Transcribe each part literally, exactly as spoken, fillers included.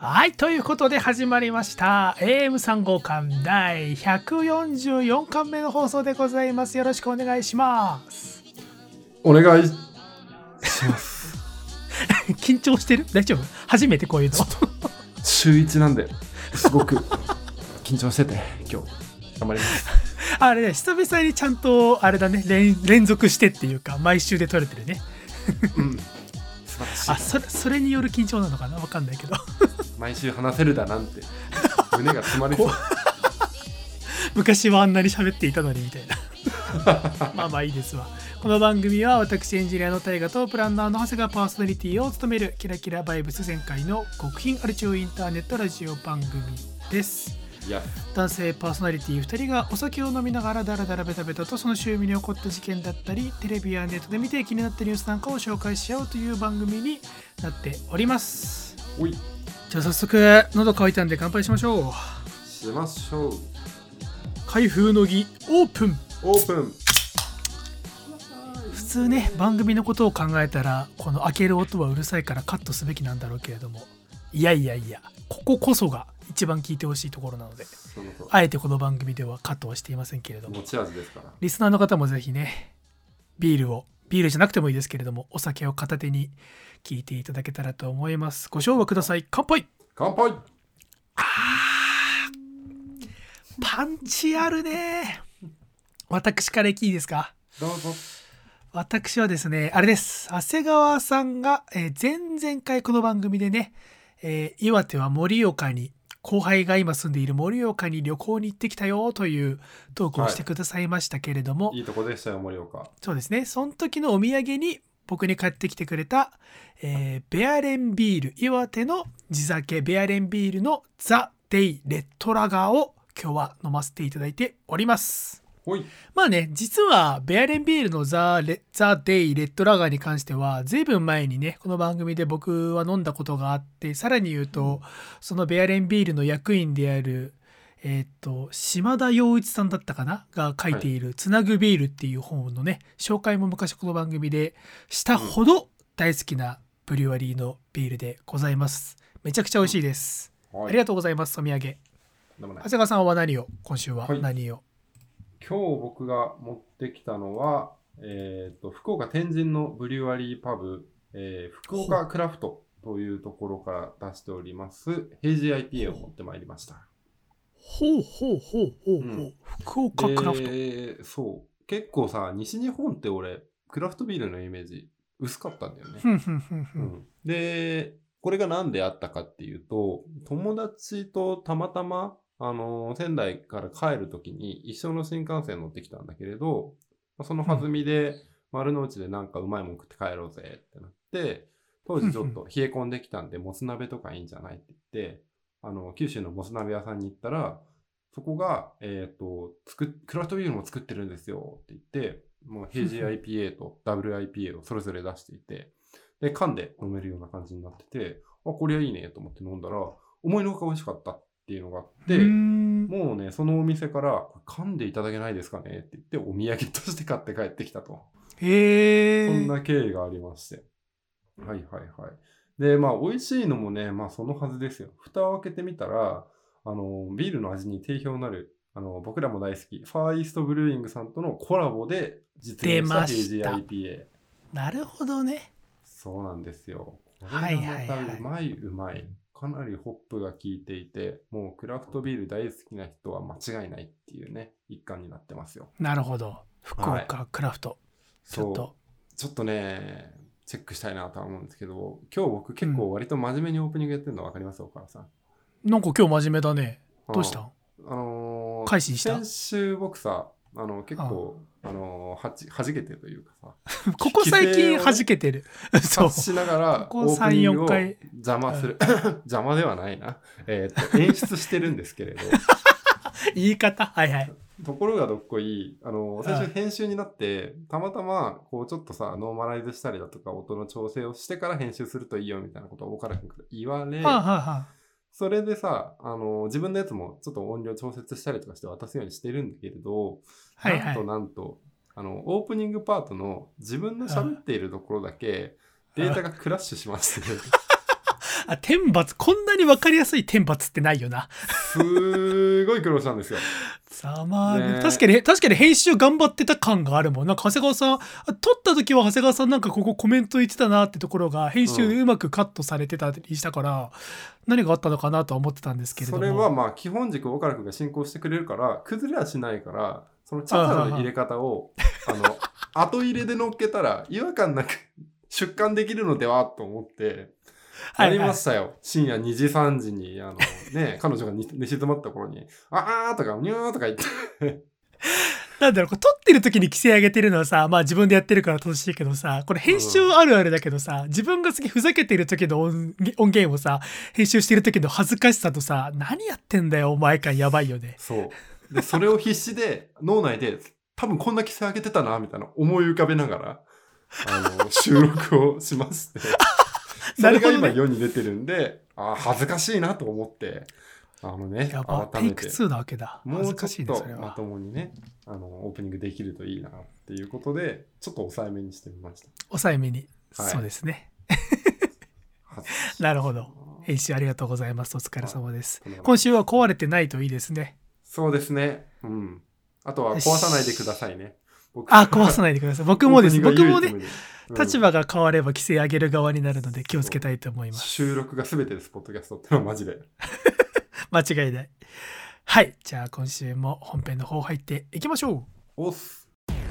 はい、ということで始まりました エーエムさん 号館だいひゃくよんじゅうよんかんめの放送でございます。よろしくお願いします。 お願いします緊張してる？大丈夫？初めてこういうの。 週一なんですごく緊張してて今日頑張ります。 あれね、久々にちゃんとあれだね、 連, 連続してっていうか毎週で撮れてるね。 うん素晴らしい。 あ、それ、それによる緊張なのかな、わかんないけど毎週話せるだなんて胸が詰まりそう昔はあんなに喋っていたのにみたいなまあまあいいですわ。この番組は私エンジニアの大河とプランナーの長谷がパーソナリティを務めるキラキラバイブス全開の極貧アルチューインターネットラジオ番組です。男性パーソナリティふたりがお酒を飲みながらダラダラベタベタとその週に起こった事件だったりテレビやネットで見て気になったニュースなんかを紹介し合うという番組になっております。 おい、 じゃあ早速喉乾いたんで乾杯しましょう。しましょう。 開封の儀オープン。 オープン。 普通ね、番組のことを考えたらこの開ける音はうるさいからカットすべきなんだろうけれども、いやいやいや、こここそが一番聞いてほしいところなので、あえてこの番組ではカットはしていませんけれども、 持ち味ですから、 リスナーの方もぜひね、ビールをビールじゃなくてもいいですけれども、お酒を片手に聞いていただけたらと思います。ご唱和ください。乾杯。 乾杯。 あー、パンチあるね。私からいいですか？ どうぞ。 私はですね、あれです。長谷川さんが、えー、前々回この番組でね、えー、岩手は盛岡に、後輩が今住んでいる盛岡に旅行に行ってきたよというトークをしてくださいましたけれども、 はい、いいとこでしたよ盛岡。 そうですね。その時のお土産に僕に買ってきてくれた、えー、ベアレンビール、岩手の地酒ベアレンビールのザ・デイ・レッドラガーを今日は飲ませていただいております。 ほい。 まあね、実はベアレンビールのザ・レザ・デイ・レッドラガーに関しては随分前にね、この番組で僕は飲んだことがあって、さらに言うとそのベアレンビールの役員であるえっと島田洋一さんだったかなが書いているつなぐビールっていう本のね、紹介も昔この番組でしたほど大好きなブリュワリーのビールでございます。めちゃくちゃ美味しいです、はい、ありがとうございます。お土産。長谷川さんは何を、今週は何を？はい、 今日僕が持ってきたのは、えー、と福岡天神のブリュワリーパブ、えー、福岡クラフトというところから出しておりますヘイジー アイピーエー を持ってまいりました。 ほうほうほうほうほう、うん、福岡クラフト。 そう、結構さ、西日本って俺クラフトビールのイメージ薄かったんだよね。うん、でこれが何であったかっていうと、友達とたまたまあの仙台から帰るときに一緒の新幹線乗ってきたんだけれど、その弾みで丸の内でなんかうまいもん食って帰ろうぜってなって、当時ちょっと冷え込んできたんでもつ鍋とかいいんじゃないって言って、あの九州のもつ鍋屋さんに行ったら、そこが、えーと、作っクラフトビールも作ってるんですよって言って、もうヘイジー アイピーエー と ダブリューアイピーエー をそれぞれ出していて、で缶で飲めるような感じになってて、あ、これはいいねと思って飲んだら思いのほか美味しかったっていうのがあって、もうね、そのお店から缶でいただけないですかねって言ってお土産として買って帰ってきたと。 へー。 そんな経緯がありまして、はいはいはい。でまあ美味しいのもね、まあそのはずですよ。蓋を開けてみたら、あのビールの味に定評なる、あの僕らも大好きファーイーストブルーイングさんとのコラボで実現したヘイジー アイピーエー。 なるほどね。 そうなんですよ。これがまたうまいうまい、はいはいはい、かなりホップが効いていて、もうクラフトビール大好きな人は間違いないっていうね、一貫になってますよ。 なるほど。福岡クラフト、はい、ちょっとちょっとねチェックしたいなとは思うんですけど、今日僕結構割と真面目にオープニングやってるの分かります？岡田さん。なんか今日真面目だね。どうしたん？ あのー、 開始した？ 先週僕さ、あの結構あ、あのー、はじ弾けてるというかさここ最近弾けてるそうしながらオープニングを邪魔する邪魔ではないな、えー、っと演出してるんですけれど言い方はいはい。 ところがどっこい、あの最初編集になってたまたまこうちょっとさノーマライズしたりだとか音の調整をしてから編集するといいよみたいなことを岡田君から言われ、 はあはあ、 それでさ、あの自分のやつもちょっと音量調節したりとかして渡すようにしてるんだけれど、はいはい、なんとなんとあのオープニングパートの自分の喋っているところだけデータがクラッシュしまして、ね、 あ、天罰、こんなに分かりやすい天罰ってないよな。 すごい苦労したんですよ。 ざまあね確かに、確かに編集頑張ってた感があるもん。なんか長谷川さん、撮った時は長谷川さんなんかここコメント言ってたなってところが編集でうまくカットされてたりしたから、うん、何があったのかなとは思ってたんですけれども。 それはまあ基本軸を岡田君が進行してくれるから崩れはしないから、そのチャチャの入れ方をあの後入れで乗っけたら違和感なく出刊できるのではと思ってありましたよ、はいはい、深夜にじさんじにあの、ね、彼女が寝静まった頃にあーとかニューとか言ってなんだろう、これ撮ってる時に規制上げてるのはさ、まあ自分でやってるから楽しいけどさ、これ編集あるあるだけどさ、うん、自分が次ふざけてる時の 音, 音源をさ編集してる時の恥ずかしさとさ、何やってんだよお前感やばいよね。 そうでそれを必死で脳内で多分こんな規制上げてたなみたいな思い浮かべながらあの収録をしましてそれが今世に出てるんで、ね、あ恥ずかしいなと思ってあのね、 やば改めてテイクツーなわけだ。 もうちょっとまともにねあのオープニングできるといいなっていうことでちょっと抑えめにしてみました。 抑えめに、はい、そうですねなるほど。編集ありがとうございます。お疲れ様です。今週は壊れてないといいですね。 そうですね、うん、あとは壊さないでくださいね。 あ、壊さないでください。僕もです。僕もね、うん、立場が変われば規制上げる側になるので気をつけたいと思います。 収録が全てです、ポッドキャストってのはマジで。 間違いない。はい。じゃあ今週も本編の方入っていきましょう。 おっす。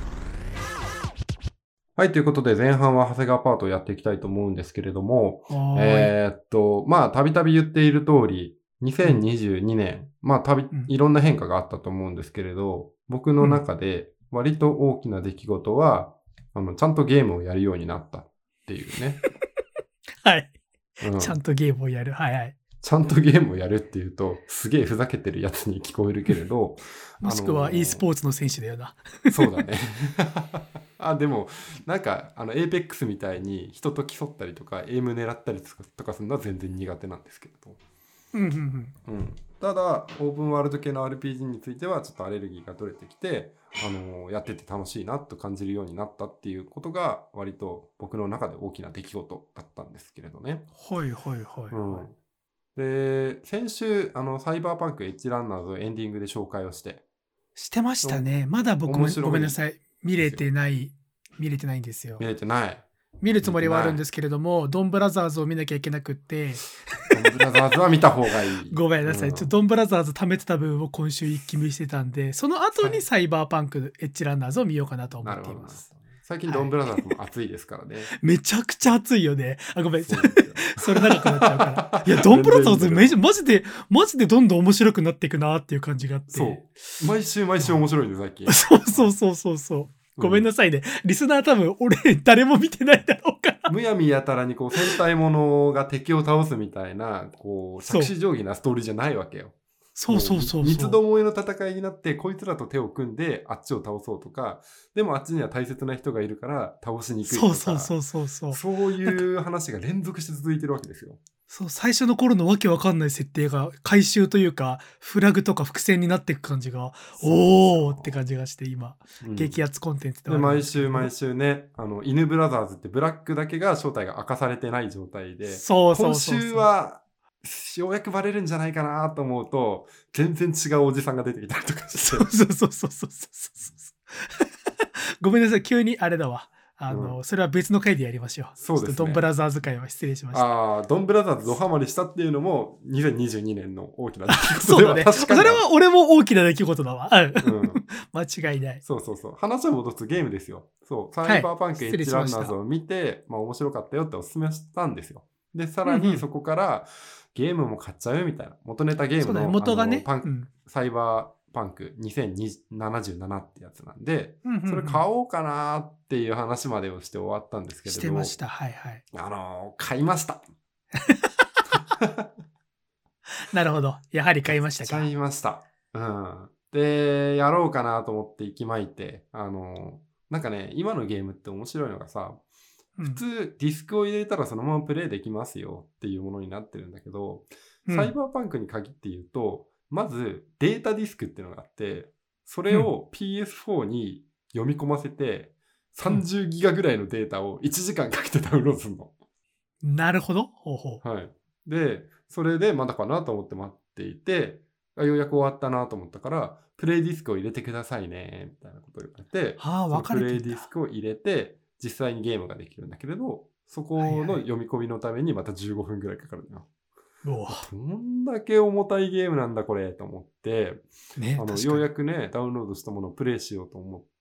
はい。ということで前半は長谷川パートをやっていきたいと思うんですけれども、えー、っと、まあ、たびたび言っている通り、にせんにじゅうにねん、うん、まあ、たび、いろんな変化があったと思うんですけれど、僕の中で割と大きな出来事は、あの、ちゃんとゲームをやるようになったっていうね。 はい、うん。ちゃんとゲームをやる。はいはい。 ちゃんとゲームをやるっていうと、すげえふざけてるやつに聞こえるけれど。 もしくは e スポーツの選手だよな。 そうだね。あ、でも、なんか、あの、エーペックスみたいに人と競ったりとか、エイム狙ったりとかするのは全然苦手なんですけれど。 うんうんうん。 うん。ただ、オープンワールド系の アールピージー については、ちょっとアレルギーが取れてきて、あのー、やってて楽しいなと感じるようになったっていうことが、割と僕の中で大きな出来事だったんですけれどね。 はいはいはい、はい。 うんで、先週、あの、サイバーパンクエッジランナーズをエンディングで紹介をして。 してましたね。まだ僕もごめんなさい。見れてない、見れてないんですよ。 見れてない。 見るつもりはあるんですけれども、ドンブラザーズを見なきゃいけなくって。 ドンブラザーズは見た方がいい。 ごめんなさい。うん、ちょっとドンブラザーズ貯めてた分を今週一気見してたんで、その後にサイバーパンクエッジランナーズを見ようかなと思っています。 最近ドンブラザーズも熱いですからね。はい、 めちゃくちゃ熱いよね。あ、ごめん。そ, それ長くなっちゃうから。いや、ドンブラザーズめマジで、マジでどんどん面白くなっていくなっていう感じがあって。 そう。毎週毎週面白いんで、最近。 そうそうそうそうそう。ごめんなさいね。うん、リスナー多分、俺、誰も見てないだろうから。 むやみやたらに、こう、戦隊ものが敵を倒すみたいな、こう、着手定規なストーリーじゃないわけよ。 そうそうそうそう。 三つどもえの戦いになって、こいつらと手を組んで、あっちを倒そうとか、でもあっちには大切な人がいるから、倒しにくいとか。 そうそうそうそう。 そういう話が連続して続いてるわけですよ。 そう、最初の頃のわけわかんない設定が回収というか、フラグとか伏線になっていく感じが、おーって感じがして今、うん、激アツコンテンツで毎週毎週ね、あの、犬ブラザーズってブラックだけが正体が明かされてない状態で、 そうそうそうそう今週は、ようやくバレるんじゃないかなと思うと、全然違うおじさんが出てきたりとかして。 そうそうそうそうそうそうごめんなさい、急にあれだわ。あの、うん、それは別の回でやりましょう。 そうですね。 ドンブラザーズ会は失礼しました。 ああ、ドンブラザーズドハマりしたっていうのもにせんにじゅうにねんの大きな出来事そうだね。それは俺も大きな出来事だわ。うん、間違いない。 そうそうそう。話を戻すとゲームですよ。そう。サイバーパンクエッジランナーズを見て、はい、まあ面白かったよってお勧めしたんですよ。で、さらにそこから、ゲームも買っちゃうよみたいな。元ネタゲームの、 ね、元がね、 パンク、うん、サイバーパンクにせんななじゅうななってやつなんで、うんうんうん、それ買おうかなっていう話までをして終わったんですけれど。 してました。はいはい。 あのー、買いました。 なるほど。やはり買いましたか。 買いました。うん。で、やろうかなと思って息巻いて、あのー、なんかね、今のゲームって面白いのがさ、普通ディスクを入れたらそのままプレイできますよっていうものになってるんだけど、うん、サイバーパンクに限って言うと、まずデータディスクっていうのがあって、それを ピーエスフォー に読み込ませて、さんじゅうギガぐらいのデータをいちじかんかけてダウンロードするの。 なるほど。ほうほう。 はい。 で、それでまだかなと思って待っていて、ようやく終わったなと思ったから、プレイディスクを入れてくださいね、みたいなことを言われて、 はあ、分かれてんだ。 プレイディスクを入れて、実際にゲームができるんだけれど、そこの読み込みのためにまたじゅうごふんぐらいかかるのよ。 うわ、 どんだけ重たいゲームなんだこれと思って、 ね、 あの確かにようやくね、ダウンロードしたものをプレイしようと思って、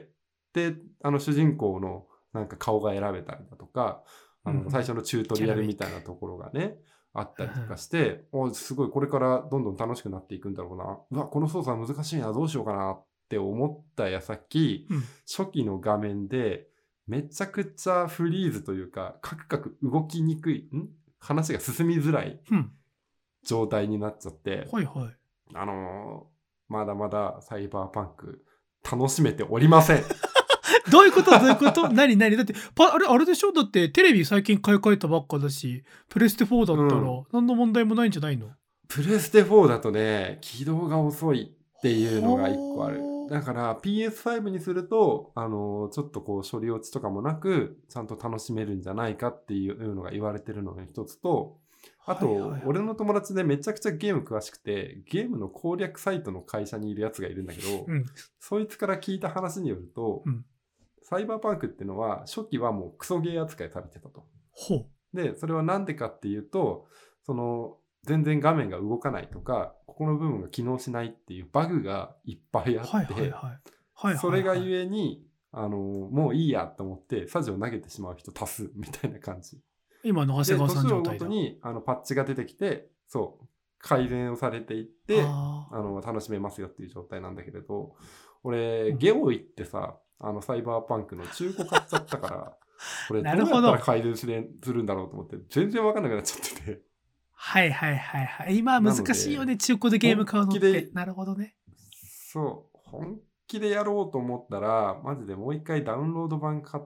で、あの主人公のなんか顔が選べたりだとか、あの最初のチュートリアルみたいなところがね、あったりとかして、おすごいこれからどんどん楽しくなっていくんだろうな。うわ、この操作難しいな、どうしようかなって思った矢先、 うん、 初期の画面でめちゃくちゃフリーズというか、カクカク動きにくい、ん話が進みづらい状態になっちゃって、 はいはい。 あのー、まだまだサイバーパンク楽しめておりません。 どういうことどういうこと何何だってパあれあれでしょ、だってテレビ最近買い替えたばっかだし、プレステフォーだったら何の問題もないんじゃないの？ プレステフォーだとね、起動が遅いっていうのが一個ある。だから ピーエスファイブ にすると、あのー、ちょっとこう処理落ちとかもなく、ちゃんと楽しめるんじゃないかっていうのが言われてるのが一つと、あと、 はいはいはい、 俺の友達でめちゃくちゃゲーム詳しくて、ゲームの攻略サイトの会社にいるやつがいるんだけど、 うん、 そいつから聞いた話によると、 うん、 サイバーパンクっていうのは初期はもうクソゲー扱いされてたと。 ほう。 で、それはなんでかっていうと、その全然画面が動かないとか、ここの部分が機能しないっていうバグがいっぱいあって、 はいはいはい。はいはいはい、 それがゆえに、あの、もういいやと思ってサジを投げてしまう人多数みたいな感じ。 今の長谷川さん状態だ。 で、年をごとにあのパッチが出てきて、そう、改善をされていって、 ああの楽しめますよっていう状態なんだけれど、俺、ゲオ行ってさ、あのサイバーパンクの中古買っちゃったから、これどうやったら改善するんだろうと思って、全然わかんなくなっちゃってて。 はいはいはいはい。今難しいよね、中古でゲーム買うのって。なるほどね。 そう、本気でやろうと思ったら、マジでもう一回ダウンロード版買って、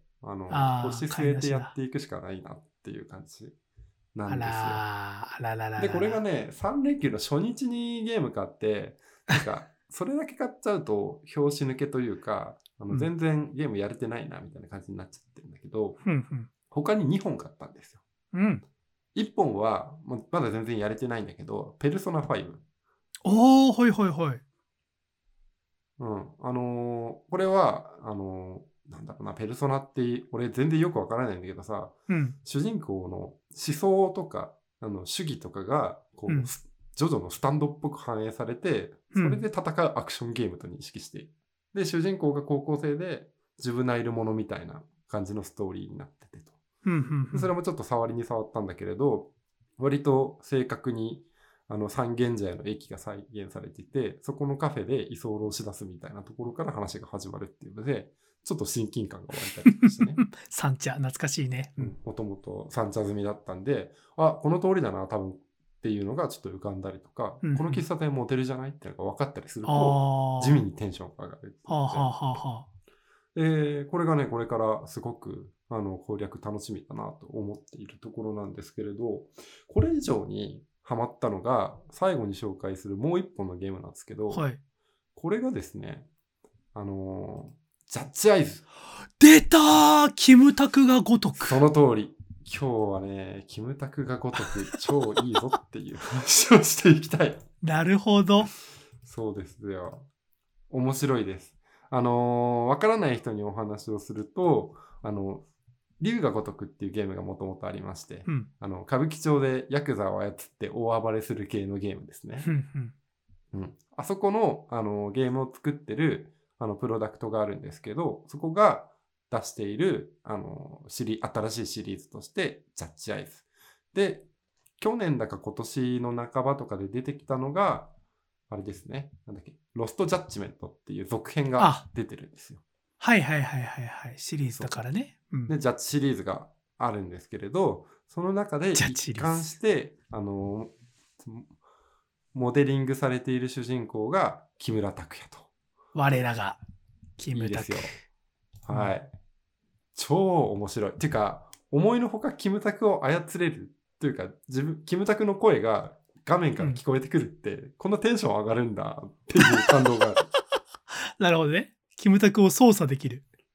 あの、腰据えてやっていくしかないなっていう感じなんですよ。 あらあららら。 で、これがね、さん連休の初日にゲーム買って、なんか、それだけ買っちゃうと、拍子抜けというか、あの全然ゲームやれてないなみたいな感じになっちゃってるんだけど、 うんうん、 他ににほん買ったんですよ。 うん、 いっぽんはまだ全然やれてないんだけど、ペルソナファイブ。 おー、はいはいはい。 うん。あのー、これは、あのー、なんだろうな、ペルソナって俺全然よくわからないんだけどさ、 うん、 主人公の思想とか、あの主義とかが、こう、うん、ジョジョのスタンドっぽく反映されて、それで戦うアクションゲームと認識している。で、主人公が高校生で、ジュブナイルものみたいな感じのストーリーになっててと。それもちょっと触りに触ったんだけれど、割と正確にあの三軒茶屋の駅が再現されていて、そこのカフェで居候し出すみたいなところから話が始まるっていうので、ちょっと親近感が湧いたりしてね。 三茶、懐かしいね。 もともと三茶済みだったんで、あ、この通りだな、多分っていうのがちょっと浮かんだりとか、うんうん、この喫茶店モテるじゃないっていうのが分かったりすると、地味にテンションが上がる。 はあはあはあはあ。 で、これがね、これからすごくあの攻略楽しみだなと思っているところなんですけれど、これ以上にハマったのが最後に紹介するもう一本のゲームなんですけど、 はい、 これがですね、あのー、ジャッジアイズ。 出たー、キムタクが如く。 その通り。今日はね、キムタクが如く超いいぞっていう話をしていきたい。 なるほど。 そうですよ。面白いです。あのー、わからない人にお話をすると、あの、龍が如くっていうゲームがもともとありまして、うん、あの歌舞伎町でヤクザを操って大暴れする系のゲームですね。うん、あそこの、あのゲームを作ってるあのプロダクトがあるんですけど、そこが出しているあのシリ新しいシリーズとしてジャッジアイズで、去年だか今年の半ばとかで出てきたのがあれですね、なんだっけ、ロストジャッジメントっていう続編が出てるんですよ。 はいはいはいはいはい、シリーズだからね。 うん、でジャッジシリーズがあるんですけれど、その中で一貫してあのモデリングされている主人公が木村拓哉と。 我らが木村拓哉。 いいですよ。はい、うん。超面白い。っていうか、思いのほかキムタクを操れるというか、自分キムタクの声が画面から聞こえてくるって、うん、こんなテンション上がるんだっていう感動がある。 なるほどね。キムタクを操作できる。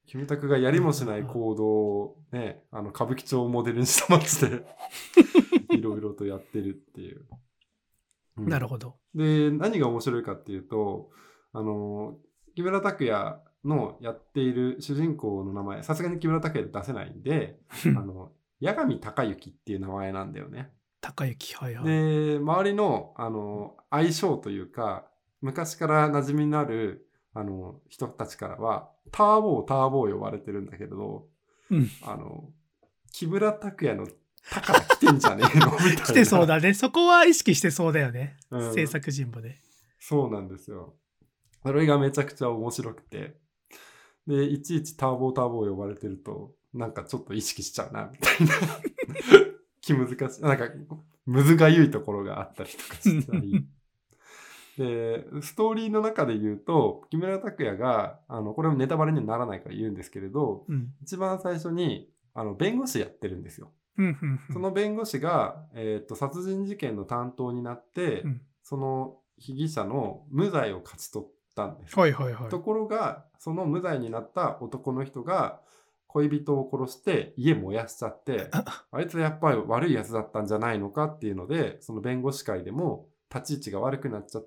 キムタクがやりもしない行動をね、あの歌舞伎町をモデルにした街でいろいろとやってるっていう、 うん、なるほど。 で何が面白いかっていうと、あの木村拓哉のやっている主人公の名前、さすがに木村拓哉で出せないんであの八神隆之っていう名前なんだよね。 隆之、はいはい。 で周りのあの相性というか、昔から馴染みのあるあの人たちからはターボーターボー呼ばれてるんだけど、 うん、 あの木村拓哉の「た」から来てんじゃねえのみたいな。 来てそうだね。そこは意識してそうだよね、 うん、 制作陣もね。 そうなんですよ。それがめちゃくちゃ面白くて、でいちいちターボーターボー呼ばれてるとなんかちょっと意識しちゃうなみたいな気難しい、なんかむずがゆいところがあったりとかしたりでストーリーの中で言うと、木村拓哉があのこれもネタバレにはならないから言うんですけれど、うん、一番最初にあの弁護士やってるんですよ。その弁護士が、えーと、殺人事件の担当になって、うん、その被疑者の無罪を勝ち取ったんです、 はいはいはい、 ところがその無罪になった男の人が恋人を殺して家燃やしちゃってあいつやっぱり悪いやつだったんじゃないのかっていうので、その弁護士会でも立ち位置が悪くなっちゃって、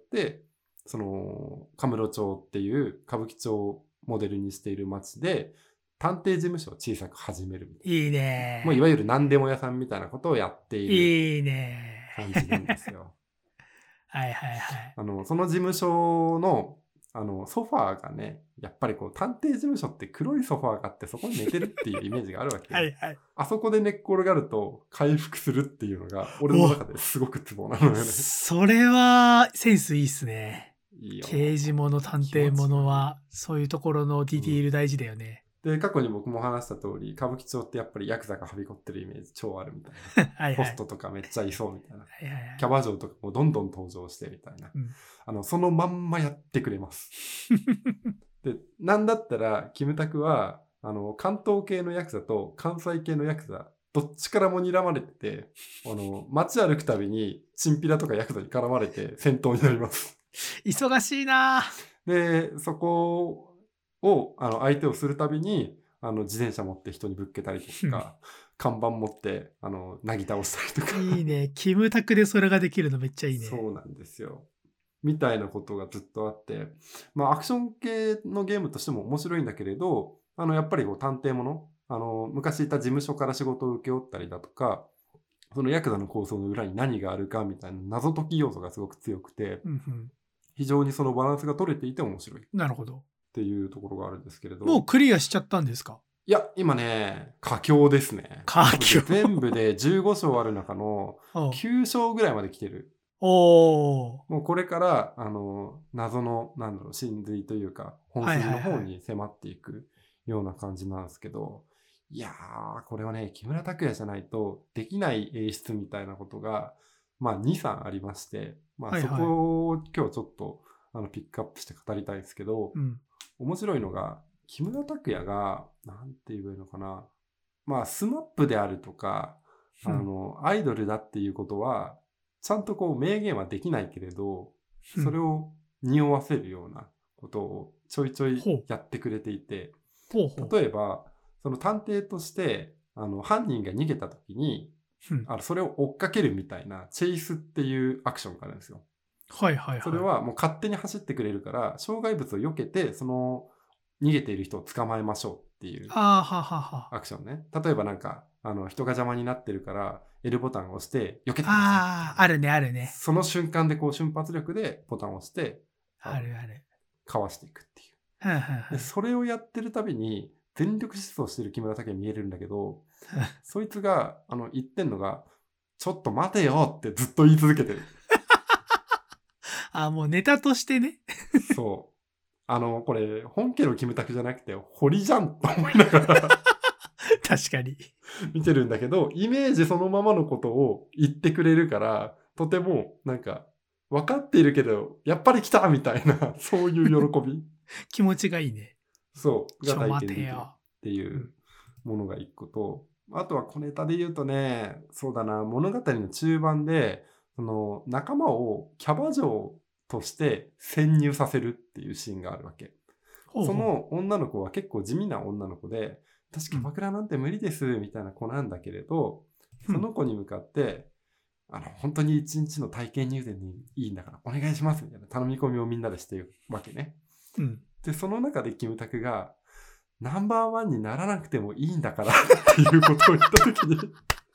その神室町っていう歌舞伎町をモデルにしている町で探偵事務所を小さく始めるみたいな。 いいね。 もういわゆる何でも屋さんみたいなことをやっているいいね感じなんですよ。 はいはいはい。 あのその事務所のあのソファーがね、やっぱりこう探偵事務所って黒いソファーがあってそこに寝てるっていうイメージがあるわけはい、はい、 あそこで寝っ転がると回復するっていうのが俺の中ですごくツボなのよね。 それはセンスいいっすね。 いいよ、 刑事もの探偵ものはそういうところのディティール大事だよね、 うん、で過去に僕も話した通り、歌舞伎町ってやっぱりヤクザがはびこってるイメージ超あるみたいなはい、はい、ホストとかめっちゃいそうみたいなはいはい、はい、キャバ嬢とかもどんどん登場してみたいな、うん、あのそのまんまやってくれますでなんだったらキムタクはあの関東系のヤクザと関西系のヤクザどっちからも睨まれてて、あの街歩くたびにチンピラとかヤクザに絡まれて戦闘になります忙しいな。 でそこをあの相手をするたびにあの自転車持って人にぶっけたりとか看板持ってあのなぎ倒したりとかいいね、キムタクでそれができるのめっちゃいいね。 そうなんですよみたいなことがずっとあって、まあアクション系のゲームとしても面白いんだけれど、あのやっぱりこう探偵もの、あの昔いた事務所から仕事を請け負ったりだとか、そのヤクザの構想の裏に何があるかみたいな謎解き要素がすごく強くて、うんうん、非常にそのバランスが取れていて面白い。 なるほど。 っていうところがあるんですけれど。 もうクリアしちゃったんですか？ いや、今ね、佳境ですね。 佳境。 全部でじゅうご章ある中のきゅう章ぐらいまで来てる。 おもうこれからあの謎のなんだろう真髄というか本筋の方に迫っていくような感じなんですけど、はいはいはい、いやーこれはね木村拓哉じゃないとできない演出みたいなことがまあに、さんありまして、まあ、そこを今日ちょっとあのピックアップして語りたいんですけど、うん、面白いのが木村拓哉がなんて言えばいいのかな、まあスマップであるとか、うん、あのアイドルだっていうことはちゃんとこう明言はできないけれど、それを匂わせるようなことをちょいちょいやってくれていて、例えばその探偵としてあの犯人が逃げた時に、あのそれを追っかけるみたいなチェイスっていうアクションがあるんですよ。 はいはいはい。 それはもう勝手に走ってくれるから障害物を避けてその逃げている人を捕まえましょうっていうアクションね。例えばなんかあの人が邪魔になってるから エル ボタンを押して避けてください。 ああ、あるねあるね。 その瞬間でこう瞬発力でボタンを押してあるあるかわしていくっていう。はははでそれをやってるたびに全力疾走してる木村拓哉見えるんだけどそいつがあの言ってんのがちょっと待てよってずっと言い続けてる。 あ、もうネタとしてね。 そう。あの、これ、本家のキムタクじゃなくて、堀じゃんと思いながら確かに。 見てるんだけど、イメージそのままのことを言ってくれるから、とても、なんか、分かっているけど、やっぱり来たみたいな、そういう喜び。 気持ちがいいね。 そう。が体験できるっていうものが一個と、あとは小ネタで言うとね、そうだな、物語の中盤で、その仲間をキャバ嬢として潜入させるっていうシーンがあるわけ。 ほうほう。 その女の子は結構地味な女の子で、私キャバクラなんて無理ですみたいな子なんだけれど、 うん、 その子に向かって、あの本当に一日の体験入店にいいんだからお願いしますみたいな頼み込みをみんなでしているわけね。 うん、 でその中でキムタクがナンバーワンにならなくてもいいんだからっていうことを言ったときに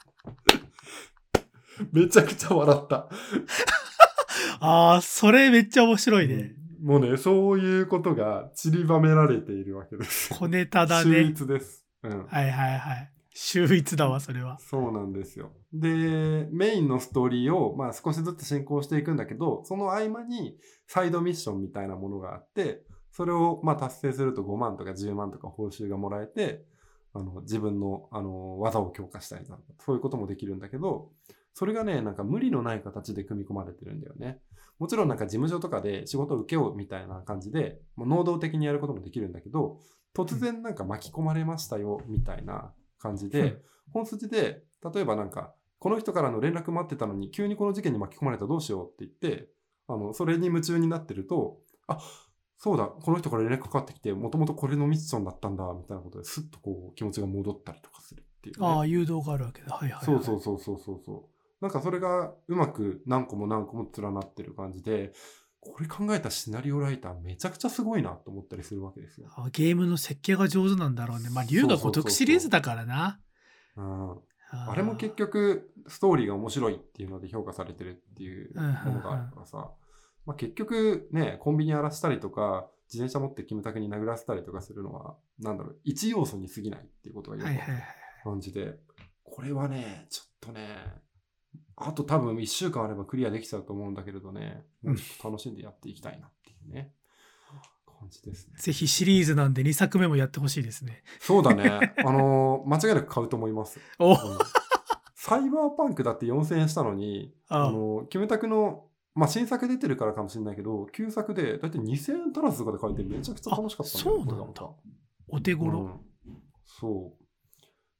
めちゃくちゃ笑った。 ああ、それめっちゃ面白いね。 うん、もうね、そういうことが散りばめられているわけです。 小ネタだね。 秀逸です。うん。 はいはいはい。秀逸だわ、それは。 そうなんですよ。で、メインのストーリーを、まあ、少しずつ進行していくんだけど、その合間にサイドミッションみたいなものがあって、それをまあ達成するとごまんとかじゅうまんとか報酬がもらえて、あの自分の、あの技を強化したりとか、そういうこともできるんだけど、それがね、なんか無理のない形で組み込まれてるんだよね。もちろんなんか事務所とかで仕事を受けようみたいな感じで、もう能動的にやることもできるんだけど、突然なんか巻き込まれましたよみたいな感じで、うん、本筋で、例えばなんか、この人からの連絡待ってたのに、急にこの事件に巻き込まれたらどうしようって言って、あの、それに夢中になってると、あ、そうだ、この人から連絡かかってきて、もともとこれのミッションだったんだ、みたいなことで、スッとこう、気持ちが戻ったりとかするっていう、ね。 ああ、誘導があるわけだ。はいはい、はい。 そうそうそうそうそうそう。なんかそれがうまく何個も何個も連なってる感じで、これ考えたシナリオライターめちゃくちゃすごいなと思ったりするわけですよ。 あ、ゲームの設計が上手なんだろうね。まあ、龍が如くシリーズだからな。 うん、あれも結局ストーリーが面白いっていうので評価されてるっていうものがあるからさ、まあ、結局ね、コンビニ荒らしたりとか自転車持ってキムタクに殴らせたりとかするのはなんだろう、一要素に過ぎないっていうことがよく感じで、はいはいはい、これはねちょっとね、あと多分いっしゅうかんあればクリアできちゃうと思うんだけれどね、もうちょっと楽しんでやっていきたいなっていうね、うん、感じですね。 ぜひシリーズなんでにさくめもやってほしいですね。 そうだね。あのー、間違いなく買うと思います。 お、うん、 サイバーパンクだってよんせんえんしたのに、あのー、キムタクの、まあ、新作出てるからかもしれないけど、旧作でだいたいにせんえん足らずとかで買えてめちゃくちゃ楽しかったんだよ。 そうなんだ。お手頃、うん。 そう。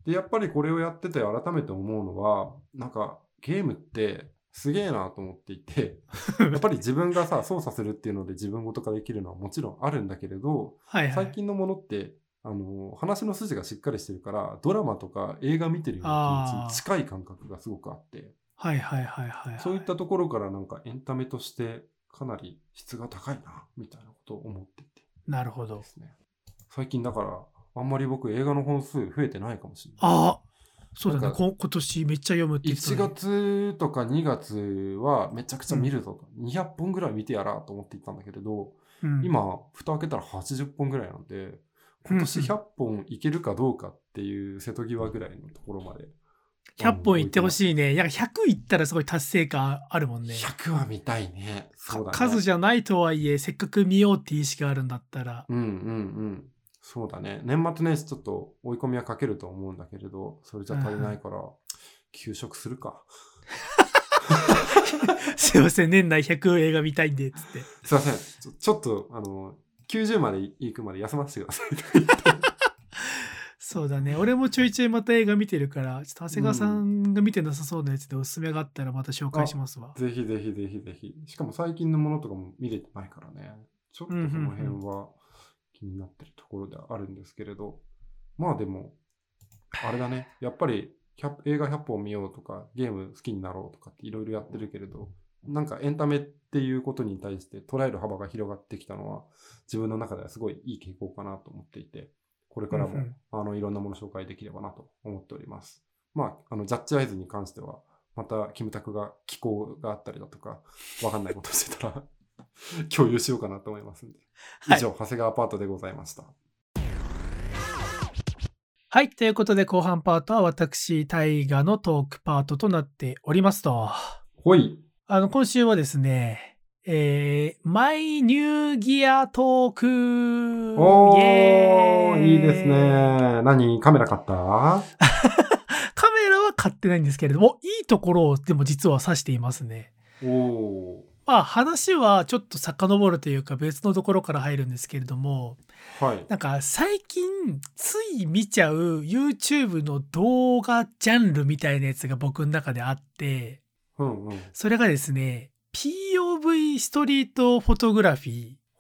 で、やっぱりこれをやってて改めて思うのは、なんかゲームってすげえなと思っていて、やっぱり自分がさ操作するっていうので自分ごと化できるのはもちろんあるんだけれど、はいはい、最近のものってあの話の筋がしっかりしてるからドラマとか映画見てるような気持ちに近い感覚がすごくあって、 はいはいはいはい、はい、 そういったところからなんかエンタメとしてかなり質が高いなみたいなことを思っていて、 なるほどですね。最近だからあんまり僕映画の本数増えてないかもしれない。 ああ、そうだね。今年めっちゃ読むって言ってたね。 いちがつとかにがつはめちゃくちゃ見るぞと、うん、にひゃっぽんぐらい見てやらと思っていたんだけれど、うん、今蓋開けたらはちじゅっぽんぐらいなんで、今年ひゃっぽんいけるかどうかっていう瀬戸際ぐらいのところまで。 ひゃっぽんいってほしいね。いやひゃくいったらすごい達成感あるもんね。 ひゃくは見たいね。そうだね。 数じゃないとはいえ、せっかく見ようっていう意識があるんだったら。 うんうんうん。そうだね。年末年始ちょっと追い込みはかけると思うんだけれど、それじゃ足りないから、休職するか。 すいません、年内ひゃく映画見たいんで、つって。 すいません。ちょ、ちょっと、あの、きゅうじゅうまで行くまで休ませてください。 そうだね。俺もちょいちょいまた映画見てるから、ちょっと長谷川さんが見てなさそうなやつでおすすめがあったらまた紹介しますわ。 ぜひぜひぜひぜひ。しかも最近のものとかも見れてないからね。ちょっとその辺は気になってるところではあるんですけれど。まあでも、あれだね。やっぱり映画ひゃっぽん見ようとか、ゲーム好きになろうとかっていろいろやってるけれど、なんかエンタメっていうことに対して捉える幅が広がってきたのは、自分の中ではすごいいい傾向かなと思っていて、これからも、うんうん、あのいろんなものを紹介できればなと思っております。まあ、あのジャッジアイズに関しては、またキムタクが寄稿があったりだとか、わかんないことしてたら共有しようかなと思いますんで。以上、はい、長谷川パートでございました。 はい。ということで、後半パートは私、大河のトークパートとなっておりますと。 ほい。 あの、今週はですね、えー、マイニューギアトーク。 おー、イエーイ。いいですね。何？カメラ買った？ カメラは買ってないんですけれども、いいところをでも実は指していますね。 おー。 まあ話はちょっと遡るというか別のところから入るんですけれども、 はい、 なんか最近つい見ちゃう YouTube の動画ジャンルみたいなやつが僕の中であって、 うんうん、 それがですね ピーオーブイ ストリートフォトグラフィー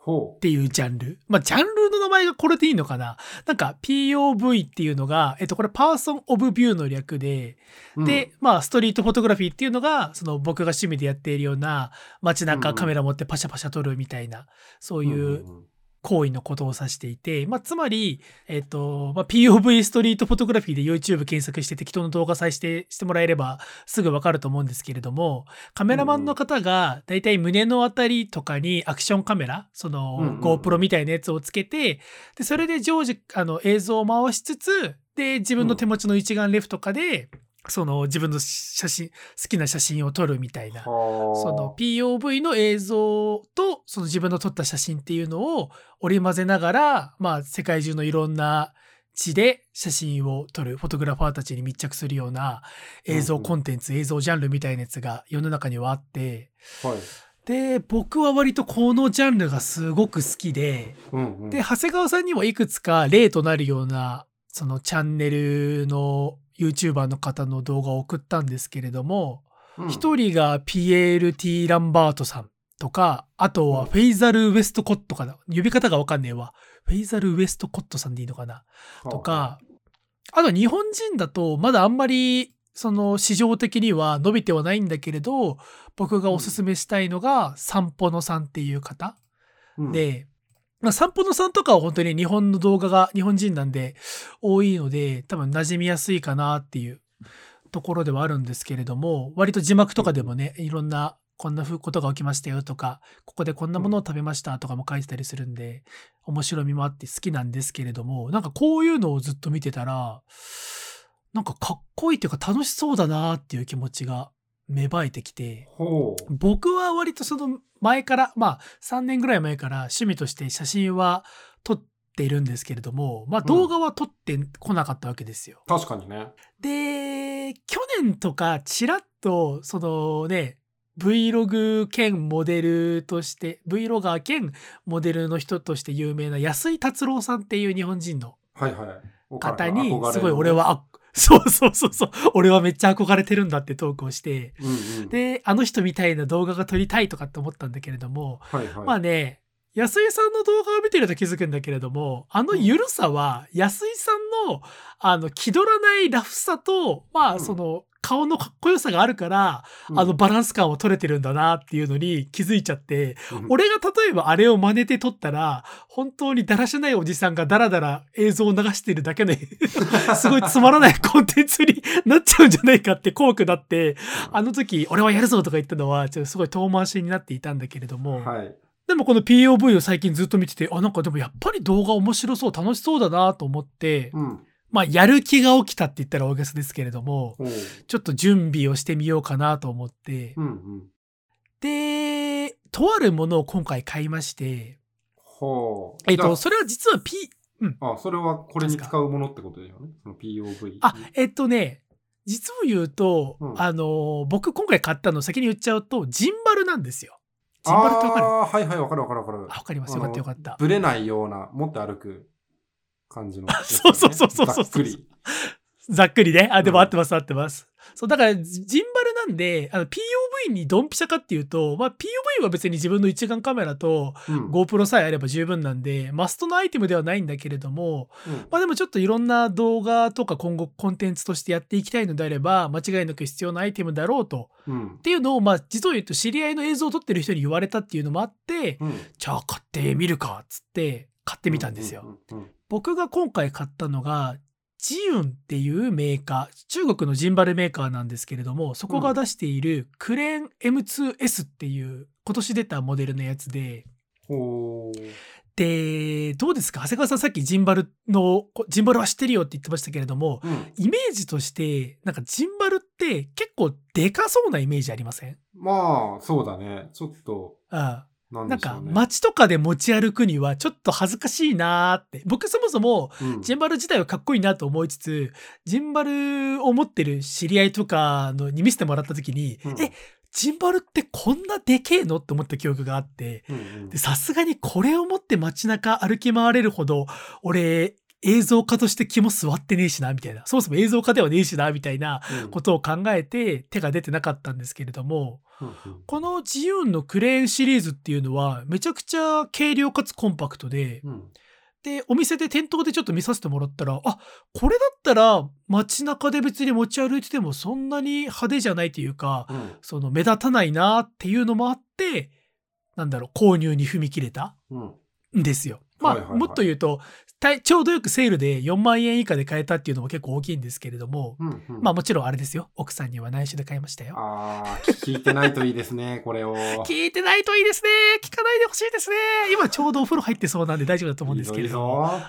っていうジャンル。まあ、ジャンルの名前がこれでいいのかな。なんか ピーオーブイ っていうのが、えっと、これパーソン・オブ・ビューの略で、 うん、 で、まあ、ストリートフォトグラフィーっていうのが、その僕が趣味でやっているような街中カメラ持ってパシャパシャ撮るみたいな、そういう行為のことを指していて、まあ、つまり、えっと、まあ、ピーオーブイ ストリートフォトグラフィーで YouTube 検索して適当な動画再生してもらえればすぐわかると思うんですけれども、カメラマンの方がだいたい胸のあたりとかにアクションカメラ、その GoPro みたいなやつをつけて、で、それで常時、あの、映像を回しつつ、で、自分の手持ちの一眼レフとかで、その自分の写真、好きな写真を撮るみたいな、その ピーオーブイ の映像とその自分の撮った写真っていうのを織り交ぜながら、まあ世界中のいろんな地で写真を撮るフォトグラファーたちに密着するような映像コンテンツ、うんうん、映像ジャンルみたいなやつが世の中にはあって、 はい、 で、僕は割とこのジャンルがすごく好きで、うんうん、で、長谷川さんにもいくつか例となるようなそのチャンネルのYouTuber の方の動画を送ったんですけれども、一、うん、人がピエール・ティー・ランバートさんとか、あとはフェイザル・ウェストコットかな、呼び方がわかんねえわ。フェイザル・ウェストコットさんでいいのかな、うん、とか、あと日本人だとまだあんまりその市場的には伸びてはないんだけれど、僕がおすすめしたいのが散歩のさんっていう方、うん、で、まあ、散歩のさんとかは本当に日本の動画が日本人なんで多いので多分馴染みやすいかなっていうところではあるんですけれども、割と字幕とかでもね、いろんなこんなことが起きましたよとか、ここでこんなものを食べましたとかも書いてたりするんで、面白みもあって好きなんですけれども、なんかこういうのをずっと見てたら、なんかかっこいいっていうか楽しそうだなっていう気持ちが芽生えてきて、僕は割とその前から、まあさんねんぐらい前から趣味として写真は撮っているんですけれども、まあ動画は撮ってこなかったわけですよ。 うん、確かにね。 で、去年とかちらっとそのね、Vlog 兼モデルとして、Vlogger 兼モデルの人として有名な安井達郎さんっていう日本人の方に、すごい俺は、あ、そうそうそうそう、俺はめっちゃ憧れてるんだってトークをして、うんうん、で、あの人みたいな動画が撮りたいとかって思ったんだけれども、はいはい、まあね、安井さんの動画を見てると気づくんだけれども、あの緩さは安井さんの、あの、気取らないラフさと、まあ、その、顔のかっこよさがあるから、うん、あのバランス感を取れてるんだなっていうのに気づいちゃって、うん、俺が例えばあれを真似て撮ったら、本当にだらしないおじさんがだらだら映像を流してるだけですごいつまらないコンテンツになっちゃうんじゃないかって怖くなって、あの時俺はやるぞとか言ったのは、ちょっとすごい遠回しになっていたんだけれども、はい、でもこの ピーオーブイ を最近ずっと見てて、あ、なんかでもやっぱり動画面白そう、楽しそうだなと思って、うん、まあ、やる気が起きたって言ったら大げさですけれども、ちょっと準備をしてみようかなと思って、うんうん、で、とあるものを今回買いまして、ほう。えっと、それは実は P、 うん。あ、それはこれに使うものってことだよね。その ピーオーブイ。 あ、えっとね、実を言うと、うん、あの、僕今回買ったの先に言っちゃうと、ジンバルなんですよ。ジンバルってわかる？ ああ、はいはい、わかるわかるわかる。 あ、わかります。よかったよかった。 ぶれないような、持って歩く感じの、ね。 そうそうそうそうそう。 ざっくり。 ざっくりね。あ、でも合ってます、合ってます。そう、だから、ジンバルなんで、あの、ピーオーブイ にドンピシャかっていうと、まあ、ピーオーブイ は別に自分の一眼カメラと GoPro さえあれば十分なんで、うん、マストのアイテムではないんだけれども、うん、まあでもちょっといろんな動画とか今後コンテンツとしてやっていきたいのであれば、間違いなく必要なアイテムだろうと。うん、っていうのを、まあ、実を言うと知り合いの映像を撮ってる人に言われたっていうのもあって、うん、じゃあ買ってみるか、っつって買ってみたんですよ。僕が今回買ったのが、ジウンっていうメーカー、中国のジンバルメーカーなんですけれども、そこが出しているクレーン エムツーエス っていう今年出たモデルのやつで、ほーで、どうですか長谷川さん、さっきジンバルの、ジンバルは知ってるよって言ってましたけれども、うん、イメージとして、なんかジンバルって結構でかそうなイメージありません？ まあ、そうだね。ちょっと。 ああなんなんか街とかで持ち歩くにはちょっと恥ずかしいなーって。僕そもそもジンバル自体はかっこいいなと思いつつ、うん、ジンバルを持ってる知り合いとかのに見せてもらった時に、うん、え、ジンバルってこんなでけえのって思った記憶があって、さすがにこれを持って街中歩き回れるほど俺映像化として肝座ってねえしなみたいな、そもそも映像化ではねえしなみたいなことを考えて手が出てなかったんですけれども、 うんうん、 このジユンのクレーンシリーズっていうのはめちゃくちゃ軽量かつコンパクトで、うん、でお店で店頭でちょっと見させてもらったら、あ、これだったら街中で別に持ち歩いててもそんなに派手じゃないというか、うん、その目立たないなっていうのもあって、なんだろう、購入に踏み切れたんですよ。まあ、はいはいはい、もっと言うとちょうどよくセールでよんまんえん以下で買えたっていうのも結構大きいんですけれども、うんうん、まあもちろんあれですよ、奥さんには内緒で買いましたよ。 ああ、聞いてないといいですねこれを聞いてないといいですね。聞かないでほしいですね。今ちょうどお風呂入ってそうなんで大丈夫だと思うんですけれども。いいぞ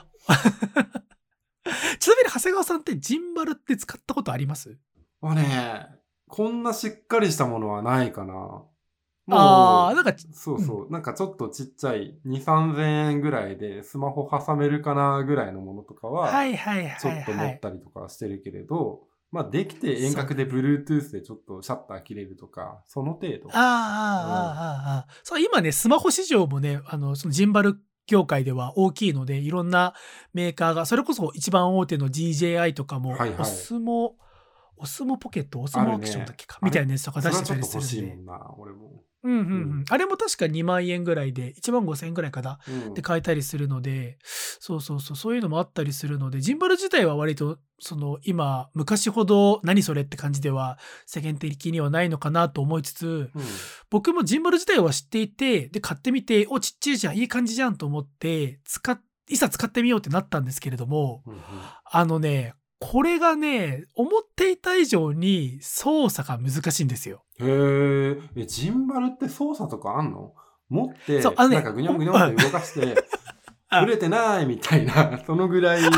ちなみに長谷川さんってジンバルって使ったことあります？ まあね、こんなしっかりしたものはないかな。 ああ、なんか、 そうそう、うん、なんかちょっとちっちゃいに、さんぜんえんぐらいでスマホ挟めるかなぐらいのものとかは、 はいはいはいはい、 ちょっと持ったりとかしてるけれど、まあできて遠隔で Bluetooth でちょっとシャッター切れるとか、その程度。 ああ、ああ、ああ、そう、今ね、スマホ市場もね、あの、そのジンバル業界では大きいので、いろんなメーカーが、それこそ一番大手の ジージェーアイ とかも、はいはい、オスモ、オスモポケット、オスモアクションだっけか、ね、みたいなやつとか出してたりするんで。それはちょっと欲しいもんな、俺も。うんうんうんうん、あれも確かにまんえんぐらいでいちまんごせんえんぐらいかな、うん、で買えたりするので、そうそうそう、そういうのもあったりするので、ジンバル自体は割とその今昔ほど何それって感じでは世間的にはないのかなと思いつつ、うん、僕もジンバル自体は知っていて、で買ってみて、お、ちっちゃいじゃん、いい感じじゃんと思って使っいざ使ってみようってなったんですけれども、うんうん、あのね、これがね、思っていた以上に操作が難しいんですよ。 へえ、ジンバルって操作とかあんの？持って、そう、あのね、なんかぐにょんぐにょんって動かして、ぶれてないみたいな、そのぐらいの